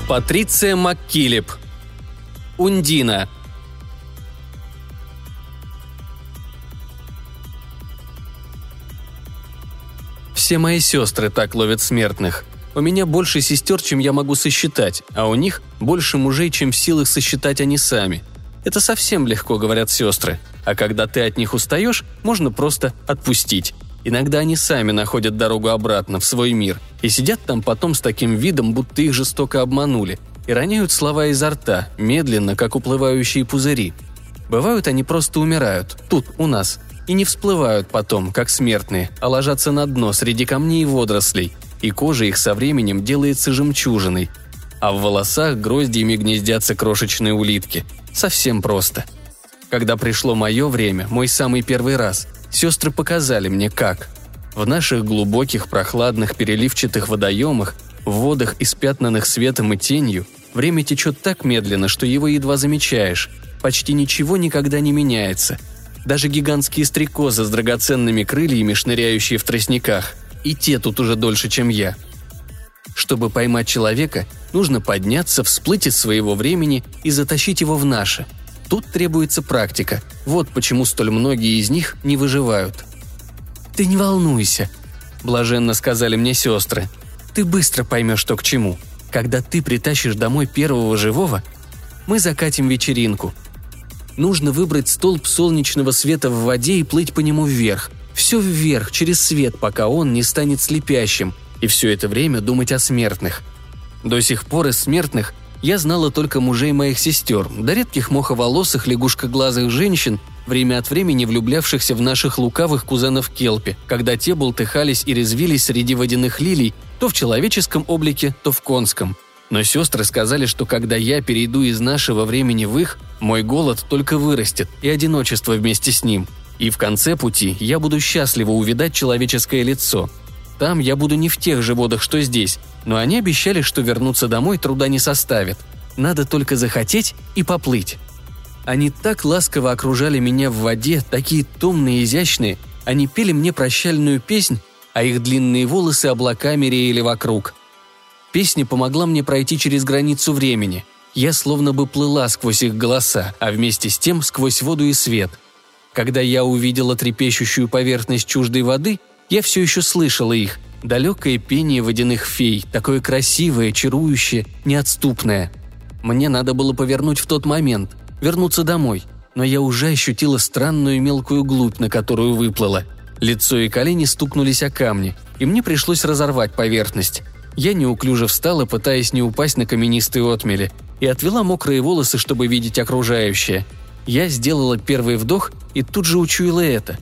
Патриция МакКиллип. Ундина. Все мои сестры так ловят смертных. У меня больше сестер, чем я могу сосчитать, а у них больше мужей, чем в силах сосчитать они сами. Это совсем легко, говорят сестры. А когда ты от них устаешь, можно просто отпустить. Иногда они сами находят дорогу обратно в свой мир и сидят там потом с таким видом, будто их жестоко обманули, и роняют слова изо рта, медленно, как уплывающие пузыри. Бывают, они просто умирают, тут, у нас, и не всплывают потом, как смертные, а ложатся на дно среди камней и водорослей, и кожа их со временем делается жемчужиной, а в волосах гроздьями гнездятся крошечные улитки. Совсем просто. Когда пришло мое время, мой самый первый раз, сестры показали мне, как. В наших глубоких, прохладных, переливчатых водоемах, в водах, испятнанных светом и тенью, время течет так медленно, что его едва замечаешь. Почти ничего никогда не меняется. Даже гигантские стрекозы с драгоценными крыльями, шныряющие в тростниках, и те тут уже дольше, чем я. Чтобы поймать человека, нужно подняться, всплыть из своего времени и затащить его в наше. Тут требуется практика. Вот почему столь многие из них не выживают. «Ты не волнуйся», – блаженно сказали мне сестры. «Ты быстро поймешь, что к чему. Когда ты притащишь домой первого живого, мы закатим вечеринку. Нужно выбрать столб солнечного света в воде и плыть по нему вверх. Все вверх, через свет, пока он не станет слепящим, и все это время думать о смертных. До сих пор из смертных я знала только мужей моих сестер, да редких моховолосых лягушкоглазых женщин, время от времени влюблявшихся в наших лукавых кузенов Келпи, когда те бултыхались и резвились среди водяных лилий, то в человеческом облике, то в конском. Но сестры сказали, что когда я перейду из нашего времени в их, мой голод только вырастет, и одиночество вместе с ним. И в конце пути я буду счастливо увидать человеческое лицо. Там я буду не в тех же водах, что здесь, но они обещали, что вернуться домой труда не составит. Надо только захотеть и поплыть. Они так ласково окружали меня в воде, такие томные и изящные, они пели мне прощальную песнь, а их длинные волосы облаками реяли вокруг. Песня помогла мне пройти через границу времени. Я словно бы плыла сквозь их голоса, а вместе с тем сквозь воду и свет. Когда я увидела трепещущую поверхность чуждой воды, я все еще слышала их, далекое пение водяных фей, такое красивое, чарующее, неотступное. Мне надо было повернуть в тот момент, вернуться домой, но я уже ощутила странную мелкую глубь, на которую выплыла. Лицо и колени стукнулись о камни, и мне пришлось разорвать поверхность. Я неуклюже встала, пытаясь не упасть на каменистые отмели, и отвела мокрые волосы, чтобы видеть окружающее. Я сделала первый вдох и тут же учуяла это.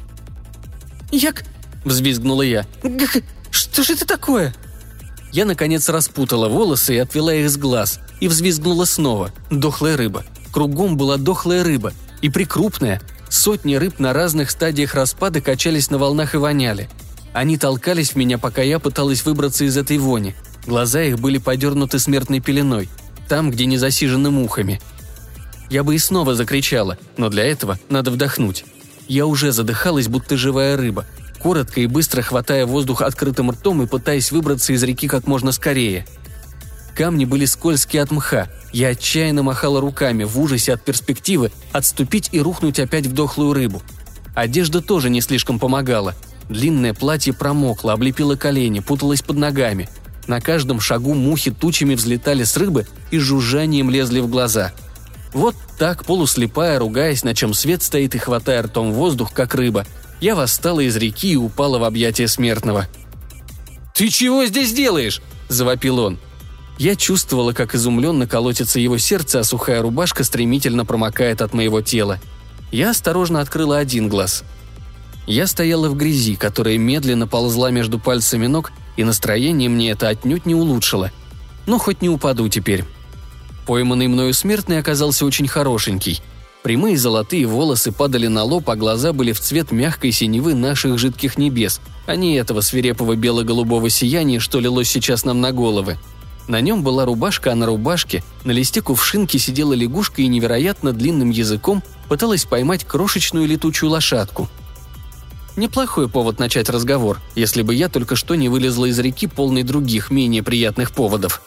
«Як!» – взвизгнула я. «Что же это такое?» Я, наконец, распутала волосы и отвела их с глаз, и взвизгнула снова. Дохлая рыба. Кругом была дохлая рыба, и прикрупная. Сотни рыб на разных стадиях распада качались на волнах и воняли. Они толкались в меня, пока я пыталась выбраться из этой вони. Глаза их были подернуты смертной пеленой, там, где не засижены мухами. Я бы и снова закричала, но для этого надо вдохнуть. Я уже задыхалась, будто живая рыба, коротко и быстро хватая воздух открытым ртом и пытаясь выбраться из реки как можно скорее. Камни были скользкие от мха. Я отчаянно махала руками в ужасе от перспективы отступить и рухнуть опять в дохлую рыбу. Одежда тоже не слишком помогала. Длинное платье промокло, облепило колени, путалось под ногами. На каждом шагу мухи тучами взлетали с рыбы и с жужжанием лезли в глаза. Вот так, полуслепая, ругаясь, на чем свет стоит и хватая ртом воздух, как рыба, я восстала из реки и упала в объятия смертного. «Ты чего здесь делаешь?» – завопил он. Я чувствовала, как изумленно колотится его сердце, а сухая рубашка стремительно промокает от моего тела. Я осторожно открыла один глаз. Я стояла в грязи, которая медленно ползла между пальцами ног, и настроение мне это отнюдь не улучшило. Но хоть не упаду теперь. Пойманный мною смертный оказался очень хорошенький. Прямые золотые волосы падали на лоб, а глаза были в цвет мягкой синевы наших жидких небес, а не этого свирепого бело-голубого сияния, что лилось сейчас нам на головы. На нем была рубашка, а на рубашке, на листе кувшинки сидела лягушка и невероятно длинным языком пыталась поймать крошечную летучую лошадку. Неплохой повод начать разговор, если бы я только что не вылезла из реки, полной других, менее приятных поводов.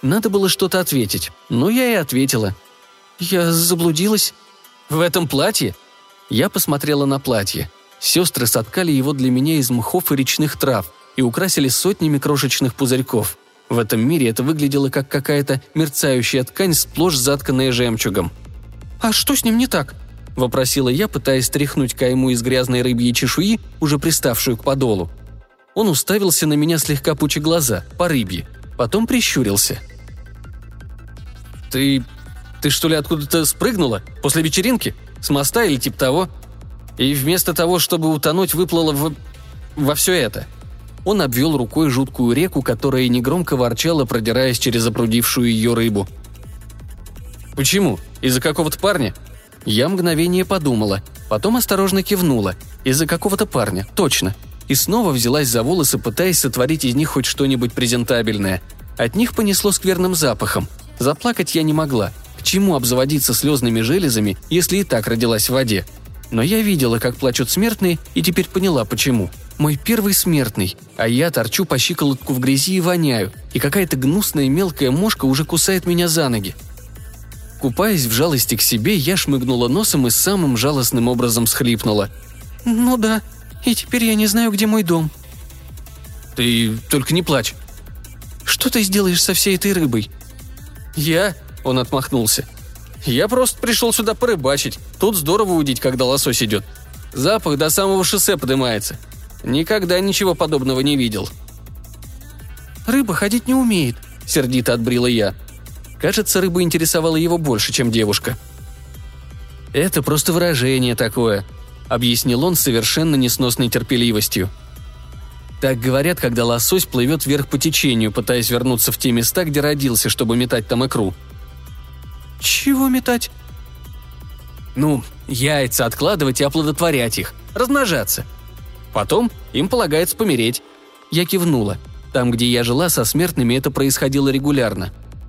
Надо было что-то ответить, но я и ответила. «Я заблудилась». «В этом платье?» Я посмотрела на платье. Сестры соткали его для меня из мхов и речных трав и украсили сотнями крошечных пузырьков. В этом мире это выглядело как какая-то мерцающая ткань, сплошь затканная жемчугом. «А что с ним не так?» – вопросила я, пытаясь стряхнуть кайму из грязной рыбьей чешуи, уже приставшую к подолу. Он уставился на меня, слегка пуча глаза, по рыбье, потом прищурился. «Ты что ли откуда-то спрыгнула? После вечеринки? С моста или типа того? И вместо того, чтобы утонуть, выплыла во все это?» Он обвел рукой жуткую реку, которая негромко ворчала, продираясь через запрудившую ее рыбу. «Почему? Из-за какого-то парня?» Я мгновение подумала, потом осторожно кивнула. «Из-за какого-то парня, точно». И снова взялась за волосы, пытаясь сотворить из них хоть что-нибудь презентабельное. От них понесло скверным запахом. Заплакать я не могла. К чему обзаводиться слезными железами, если и так родилась в воде? Но я видела, как плачут смертные, и теперь поняла, почему. Мой первый смертный, а я торчу по щиколотку в грязи и воняю, и какая-то гнусная мелкая мошка уже кусает меня за ноги. Купаясь в жалости к себе, я шмыгнула носом и самым жалостным образом всхлипнула. «Ну да, и теперь я не знаю, где мой дом». «Ты только не плачь». «Что ты сделаешь со всей этой рыбой?» «Я?» – он отмахнулся. «Я просто пришел сюда порыбачить. Тут здорово удить, когда лосось идет. Запах до самого шоссе поднимается. Никогда ничего подобного не видел». «Рыба ходить не умеет», – сердито отбрила я. Кажется, рыба интересовала его больше, чем девушка. «Это просто выражение такое», – объяснил он с совершенно несносной терпеливостью. «Так говорят, когда лосось плывет вверх по течению, пытаясь вернуться в те места, где родился, чтобы метать там икру». «Чего метать?» «Ну, яйца откладывать и оплодотворять их, размножаться. Потом им полагается помереть». Я кивнула. Там, где я жила, со смертными это происходило регулярно.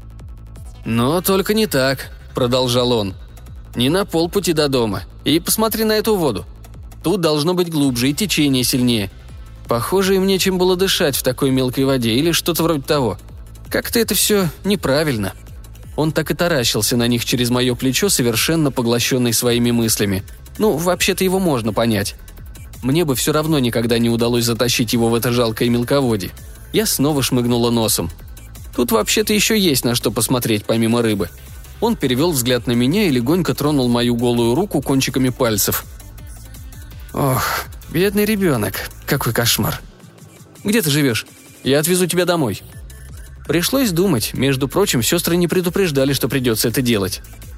«Но только не так», – продолжал он. «Не на полпути до дома. И посмотри на эту воду. Тут должно быть глубже и течение сильнее. Похоже, им нечем было дышать в такой мелкой воде или что-то вроде того. Как-то это все неправильно». Он так и таращился на них через мое плечо, совершенно поглощенный своими мыслями. Ну, вообще-то его можно понять. Мне бы все равно никогда не удалось затащить его в это жалкое мелководье. Я снова шмыгнула носом. Тут вообще-то еще есть на что посмотреть, помимо рыбы. Он перевел взгляд на меня и легонько тронул мою голую руку кончиками пальцев. «Ох, бедный ребенок, какой кошмар. Где ты живешь? Я отвезу тебя домой». Пришлось думать, между прочим, сестры не предупреждали, что придется это делать.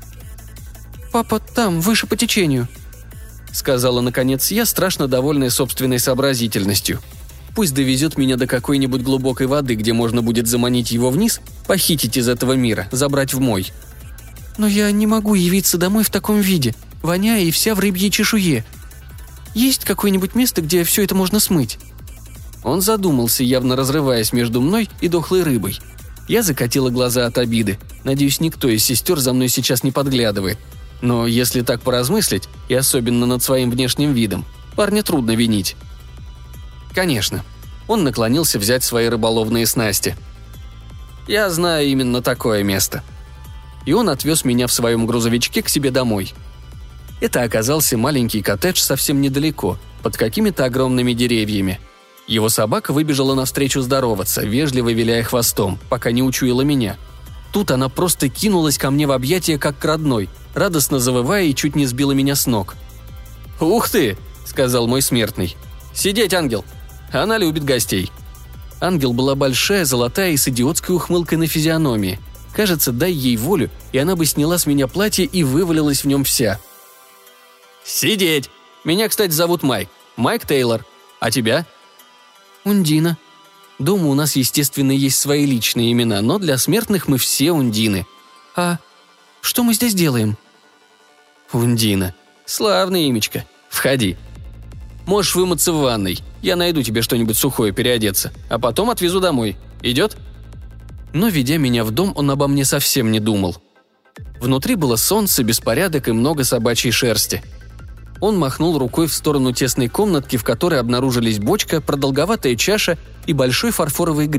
«Папа там, выше по течению», — сказала наконец я, страшно довольная собственной сообразительностью. Пусть довезет меня до какой-нибудь глубокой воды, где можно будет заманить его вниз, похитить из этого мира, забрать в мой. «Но я не могу явиться домой в таком виде, воняя и вся в рыбьей чешуе. Есть какое-нибудь место, где все это можно смыть?» Он задумался, явно разрываясь между мной и дохлой рыбой. Я закатила глаза от обиды. Надеюсь, никто из сестер за мной сейчас не подглядывает. Но если так поразмыслить, и особенно над своим внешним видом, парня трудно винить. «Конечно». Он наклонился взять свои рыболовные снасти. «Я знаю именно такое место». И он отвез меня в своем грузовичке к себе домой. Это оказался маленький коттедж совсем недалеко, под какими-то огромными деревьями. Его собака выбежала навстречу здороваться, вежливо виляя хвостом, пока не учуяла меня. Тут она просто кинулась ко мне в объятия, как к родной, радостно завывая и чуть не сбила меня с ног. «Ух ты!» – сказал мой смертный. «Сидеть, ангел! Она любит гостей». Ангел была большая, золотая и с идиотской ухмылкой на физиономии. Кажется, дай ей волю, и она бы сняла с меня платье и вывалилась в нем вся. «Сидеть! Меня, кстати, зовут Майк. Майк Тейлор. А тебя?» «Ундина. Дома у нас, естественно, есть свои личные имена, но для смертных мы все Ундины. А что мы здесь делаем?» «Ундина. Славное имечко. Входи. Можешь вымыться в ванной. Я найду тебе что-нибудь сухое переодеться, а потом отвезу домой. Идет?» Но, ведя меня в дом, он обо мне совсем не думал. Внутри было солнце, беспорядок и много собачьей шерсти. Он махнул рукой в сторону тесной комнатки, в которой обнаружились бочка, продолговатая чаша и большой фарфоровый гриб.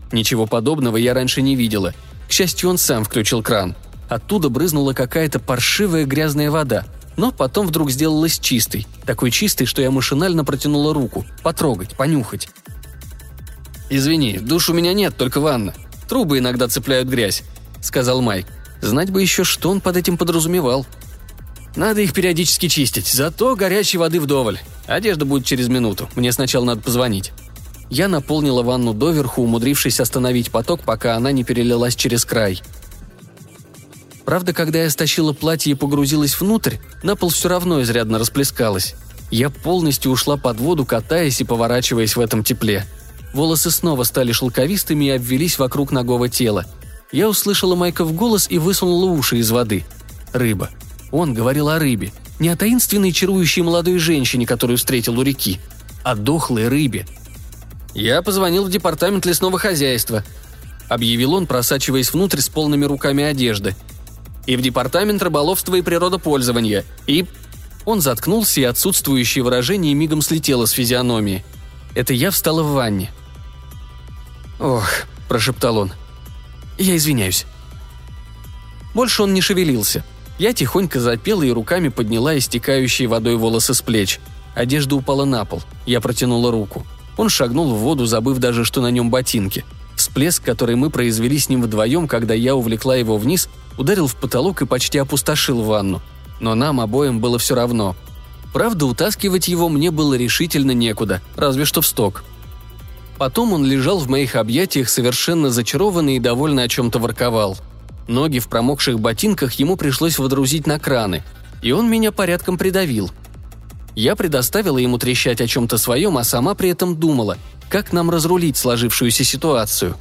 Ничего подобного я раньше не видела. К счастью, он сам включил кран. Оттуда брызнула какая-то паршивая грязная вода, но потом вдруг сделалась чистой. Такой чистой, что я машинально протянула руку. Потрогать, понюхать. «Извини, душ у меня нет, только ванна. Трубы иногда цепляют грязь», — сказал Майк. Знать бы еще, что он под этим подразумевал. «Надо их периодически чистить, зато горячей воды вдоволь. Одежда будет через минуту, мне сначала надо позвонить». Я наполнила ванну доверху, умудрившись остановить поток, пока она не перелилась через край. Правда, когда я стащила платье и погрузилась внутрь, на пол все равно изрядно расплескалось. Я полностью ушла под воду, катаясь и поворачиваясь в этом тепле. Волосы снова стали шелковистыми и обвились вокруг нагого тела. Я услышала Майков голос и высунула уши из воды. Рыба. Он говорил о рыбе. Не о таинственной чарующей молодой женщине, которую встретил у реки. О дохлой рыбе. «Я позвонил в департамент лесного хозяйства», — объявил он, просачиваясь внутрь с полными руками одежды. «И в департамент рыболовства и природопользования. И...» Он заткнулся, и отсутствующее выражение мигом слетело с физиономии. Это я встала в ванне. «Ох», – прошептал он. «Я извиняюсь». Больше он не шевелился. Я тихонько запела и руками подняла истекающие водой волосы с плеч. Одежда упала на пол. Я протянула руку. Он шагнул в воду, забыв даже, что на нем ботинки. Всплеск, который мы произвели с ним вдвоем, когда я увлекла его вниз, ударил в потолок и почти опустошил ванну. Но нам обоим было все равно. Правда, утаскивать его мне было решительно некуда, разве что в сток. Потом он лежал в моих объятиях, совершенно зачарованный и довольно о чем-то ворковал. Ноги в промокших ботинках ему пришлось водрузить на краны, и он меня порядком придавил. Я предоставила ему трещать о чем-то своем, а сама при этом думала, как нам разрулить сложившуюся ситуацию.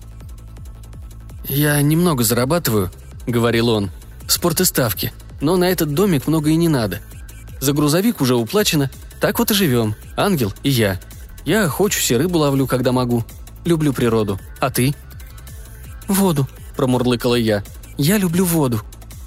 «Я немного зарабатываю», — говорил он, — «спорт и ставки, но на этот домик много и не надо. За грузовик уже уплачено, так вот и живем, Ангел и я. Я охочусь и рыбу ловлю, когда могу. Люблю природу. А ты?» «Воду», — промурлыкала я. «Я люблю воду».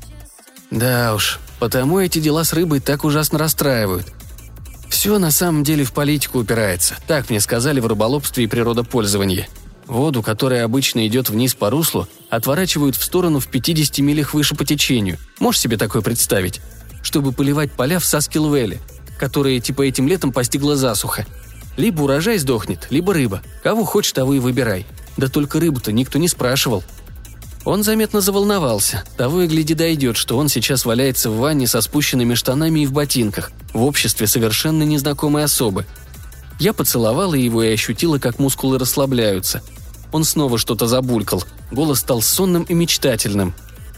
Да уж, потому эти дела с рыбой так ужасно расстраивают. Все на самом деле в политику упирается, так мне сказали в рыболовстве и природопользовании. Воду, которая обычно идет вниз по руслу, отворачивают в сторону в 50 милях выше по течению. Можешь себе такое представить? Чтобы поливать поля в Саскилвелле, которые типа этим летом постигла засуха. Либо урожай сдохнет, либо рыба. Кого хочешь, того и выбирай. Да только рыбу-то никто не спрашивал. Он заметно заволновался. Того и гляди дойдет, что он сейчас валяется в ванне со спущенными штанами и в ботинках, в обществе совершенно незнакомой особы. Я поцеловала его и ощутила, как мускулы расслабляются. Он снова что-то забулькал. Голос стал сонным и мечтательным.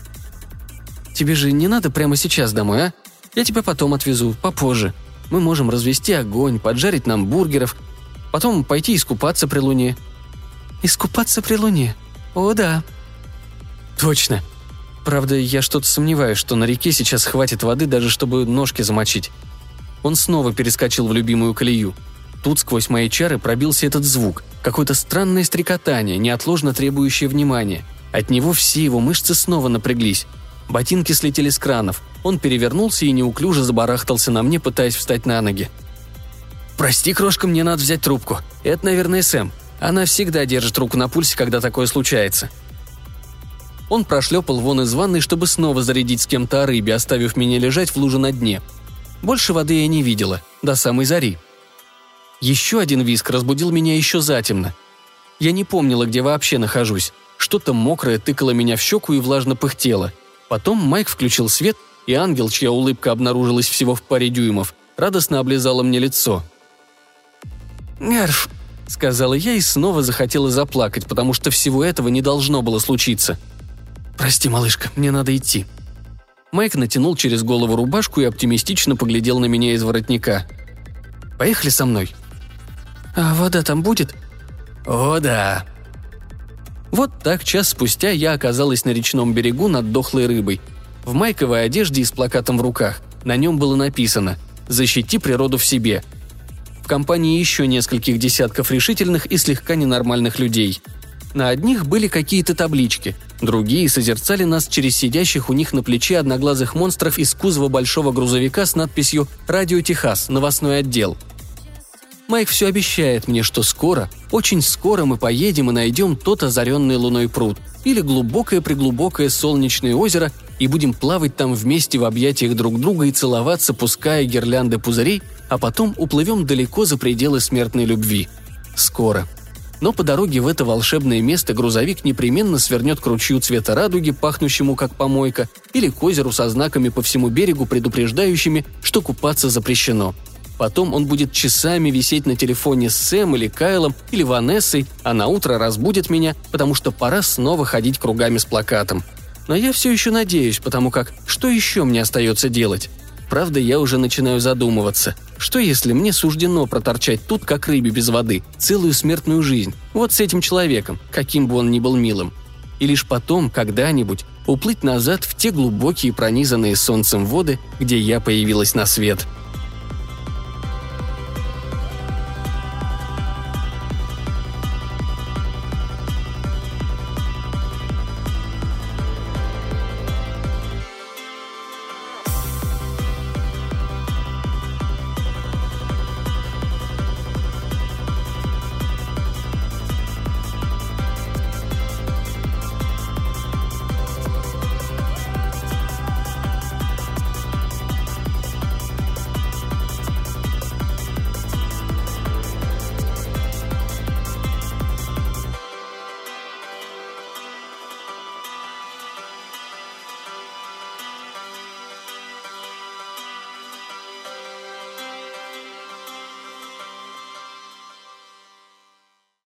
«Тебе же не надо прямо сейчас домой, а? Я тебя потом отвезу, попозже. Мы можем развести огонь, поджарить нам бургеров, потом пойти искупаться при луне». «Искупаться при луне? О, да». «Точно. Правда, я что-то сомневаюсь, что на реке сейчас хватит воды даже, чтобы ножки замочить». Он снова перескочил в любимую колею. Тут сквозь мои чары пробился этот звук, какое-то странное стрекотание, неотложно требующее внимания. От него все его мышцы снова напряглись. Ботинки слетели с кранов. Он перевернулся и неуклюже забарахтался на мне, пытаясь встать на ноги. «Прости, крошка, мне надо взять трубку. Это, наверное, Сэм. Она всегда держит руку на пульсе, когда такое случается». Он прошлепал вон из ванной, чтобы снова зарядить с кем-то о рыбе, оставив меня лежать в луже на дне. Больше воды я не видела, до самой зари. Еще один визг разбудил меня еще затемно. Я не помнила, где вообще нахожусь. Что-то мокрое тыкало меня в щеку и влажно пыхтело. Потом Майк включил свет, и Ангел, чья улыбка обнаружилась всего в паре дюймов, радостно облизала мне лицо. «Нерв», — сказала я и снова захотела заплакать, потому что всего этого не должно было случиться. «Прости, малышка, мне надо идти». Майк натянул через голову рубашку и оптимистично поглядел на меня из воротника. «Поехали со мной». «А вода там будет?» «О, да». Вот так час спустя я оказалась на речном берегу над дохлой рыбой. В майковой одежде и с плакатом в руках. На нем было написано «Защити природу в себе». В компании еще нескольких десятков решительных и слегка ненормальных людей. На одних были какие-то таблички, другие созерцали нас через сидящих у них на плече одноглазых монстров из кузова большого грузовика с надписью «Радио Техас, новостной отдел». Майк все обещает мне, что скоро, очень скоро мы поедем и найдем тот озаренный луной пруд или глубокое-преглубокое солнечное озеро и будем плавать там вместе в объятиях друг друга и целоваться, пуская гирлянды пузырей, а потом уплывем далеко за пределы смертной любви. Скоро. Но по дороге в это волшебное место грузовик непременно свернет к ручью цвета радуги, пахнущему как помойка, или к озеру со знаками по всему берегу, предупреждающими, что купаться запрещено. Потом он будет часами висеть на телефоне с Сэм или Кайлом или Ванессой, а наутро разбудит меня, потому что пора снова ходить кругами с плакатом. Но я все еще надеюсь, потому как что еще мне остается делать? Правда, я уже начинаю задумываться. Что если мне суждено проторчать тут, как рыбе без воды, целую смертную жизнь, вот с этим человеком, каким бы он ни был милым? И лишь потом, когда-нибудь, уплыть назад в те глубокие пронизанные солнцем воды, где я появилась на свет.